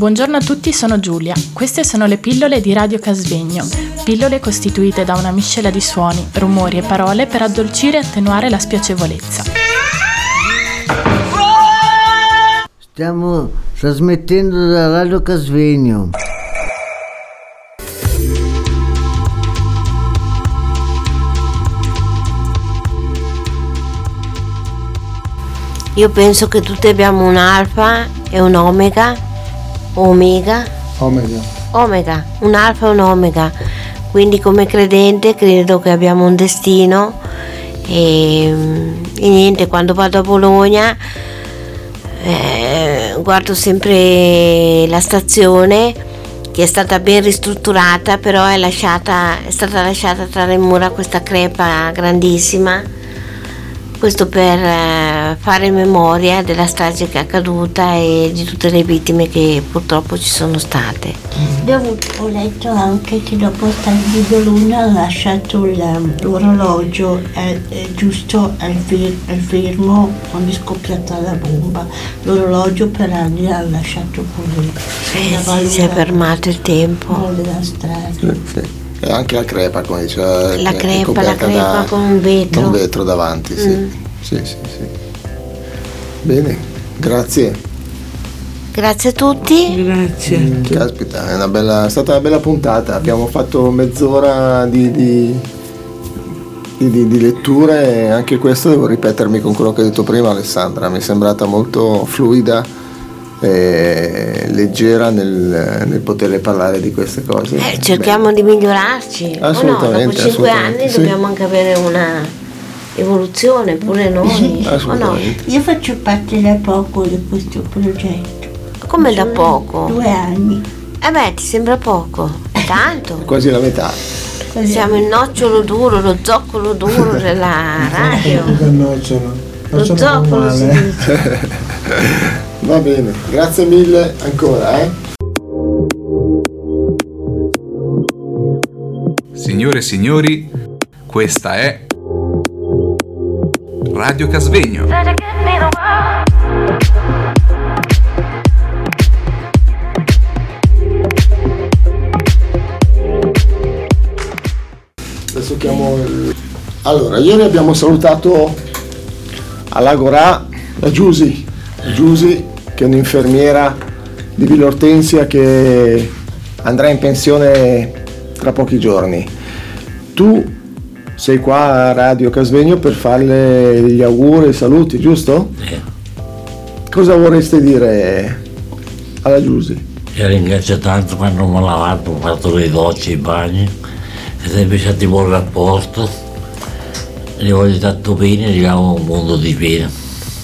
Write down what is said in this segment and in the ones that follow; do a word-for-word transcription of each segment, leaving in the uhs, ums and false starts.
Buongiorno a tutti, sono Giulia. Queste sono le pillole di Radio Casvegno. Pillole costituite da una miscela di suoni, rumori e parole per addolcire e attenuare la spiacevolezza. Stiamo trasmettendo da Radio Casvegno. Io penso che tutti abbiamo un alfa e un omega, omega, omega, omega, un alfa e un omega. Quindi come credente credo che abbiamo un destino e, e niente, quando vado a Bologna eh, guardo sempre la stazione che è stata ben ristrutturata, però è, lasciata, è stata lasciata tra le mura questa crepa grandissima. Questo per eh, fare memoria della strage che è accaduta e di tutte le vittime che purtroppo ci sono state. Io ho letto anche che dopo Stalin di Luna ha lasciato l'orologio eh, eh, giusto al, fir- al fermo quando è scoppiata la bomba. L'orologio per anni l'ha lasciato così. Eh, sì, si è fermato il tempo. Della strage. Sì, sì. E anche la crepa, come diceva, la crepa, la crepa da, con un vetro. Un vetro davanti, sì. Mm. Sì, sì, sì. Bene, grazie. Grazie a tutti. Grazie. Mm, caspita, è, una bella, è stata una bella puntata. Abbiamo fatto mezz'ora di, di, di, di, di letture e anche questo devo ripetermi con quello che hai detto prima, Alessandra. Mi è sembrata molto fluida e leggera nel, nel poter parlare di queste cose. Eh, cerchiamo Beh. di migliorarci. Assolutamente. Oh no, dopo cinque anni sì. dobbiamo anche avere una evoluzione pure noi. Assolutamente. Oh no? Io faccio parte da poco di questo progetto. Come da poco? Due anni. Eh beh, ti sembra poco? Tanto. Quasi la metà. Siamo il nocciolo duro, lo zoccolo duro della radio. Il nocciolo. Lo zoccolo si dice. Va bene, grazie mille ancora, eh. Signore e signori, questa è Radio Casvegno. Adesso chiamo il... Allora, ieri abbiamo salutato all'Agorà la Giusy, Giusy che è un'infermiera di Villa Ortensia che andrà in pensione tra pochi giorni. Tu sei qua a Radio Casvegno per farle gli auguri e i saluti, giusto? Sì. Cosa vorreste dire alla Giusy? Io ringrazio tanto quando mi ho lavato, ho fatto le docce, i bagni, siete sempre stati buon rapporto, li voglio tanto bene, gli auguro un mondo di bene.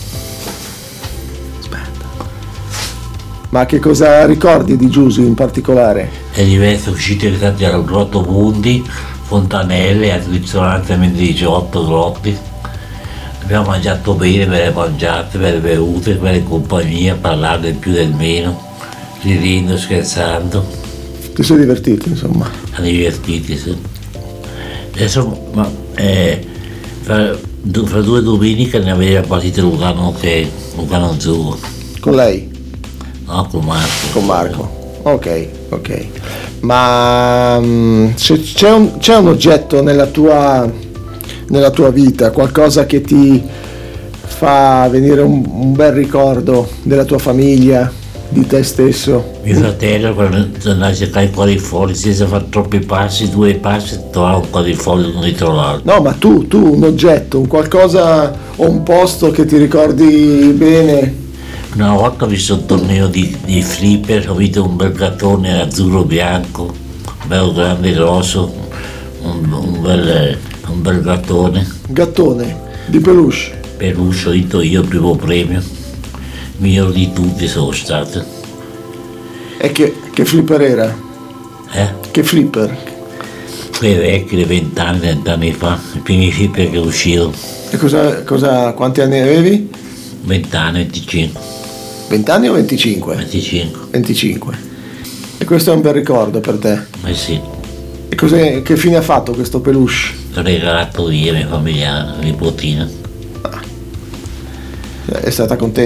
Ma che cosa ricordi di Giusy in particolare? È diverse uscite che stati a Grotto Bundi, Fontanelle, al ristorante diciotto Grotti. Abbiamo mangiato bene, belle mangiate, belle bevute, belle compagnie, parlare del più del meno, ridendo, scherzando. Ti sei divertito, insomma? A divertiti, sì. Adesso, ma, eh, fra, fra due domeniche ne aveva partite Lugano che Lugano Azzurro. Con lei? No, con Marco. Con Marco, ok, ok. Ma um, c'è, c'è, un, c'è un oggetto nella tua, nella tua vita, qualcosa che ti fa venire un, un bel ricordo della tua famiglia, di te stesso? Mio fratello quando andava a cercare i quadrifogli, senza fare troppi passi, due passi, trovava un quadrifoglio dietro l'altro. No, ma tu, tu, un oggetto, un qualcosa o un posto che ti ricordi bene? Una volta ho visto un torneo di, di flipper, ho visto un bel gattone azzurro-bianco, bello grande, grosso, un, un, bel, un bel gattone. Gattone, di peluche? Peluche, ho vinto io il primo premio, migliore di tutti sono stato. E che, che flipper era? Eh? Che flipper? Quei vecchi, dei vent'anni, vent'anni fa, i primi flipper che uscirono. E cosa, cosa, quanti anni avevi? vent'anni, venticinque. venti anni o venticinque? venticinque. venticinque. E questo è un bel ricordo per te? Eh sì. E cos'è, che fine ha fatto questo peluche? L'ho regalato io, mia famiglia, nipotina. Ah. È stata contenta?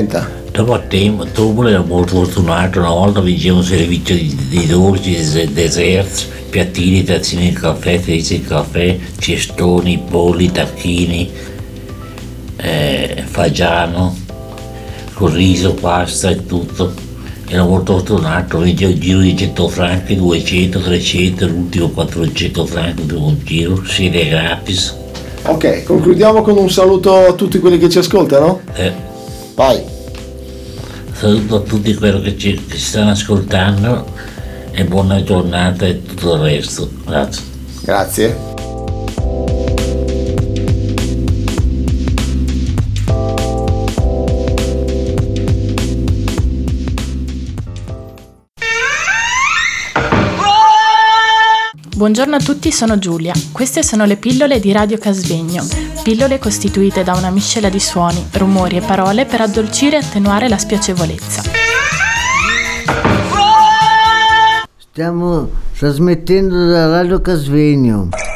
Dopo a tempo, dopo ero molto fortunato, una volta vincevo un servizio di, di dolci, di desserts, piattini, tazzini di caffè, fezzi di caffè, cestoni, polli, tacchini, eh, fagiano, con riso, pasta e tutto. Ero molto fortunato, vincevo il giro di cento franchi, duecento, trecento, l'ultimo quattrocento franchi per un giro, siete gratis. Ok, concludiamo con un saluto a tutti quelli che ci ascoltano. Eh, Vai. Saluto a tutti quelli che ci, che ci stanno ascoltando e buona giornata e tutto il resto. Grazie. Grazie. Buongiorno a tutti, sono Giulia. Queste sono le pillole di Radio Casvegno. Pillole costituite da una miscela di suoni, rumori e parole per addolcire e attenuare la spiacevolezza. Stiamo trasmettendo da Radio Casvegno.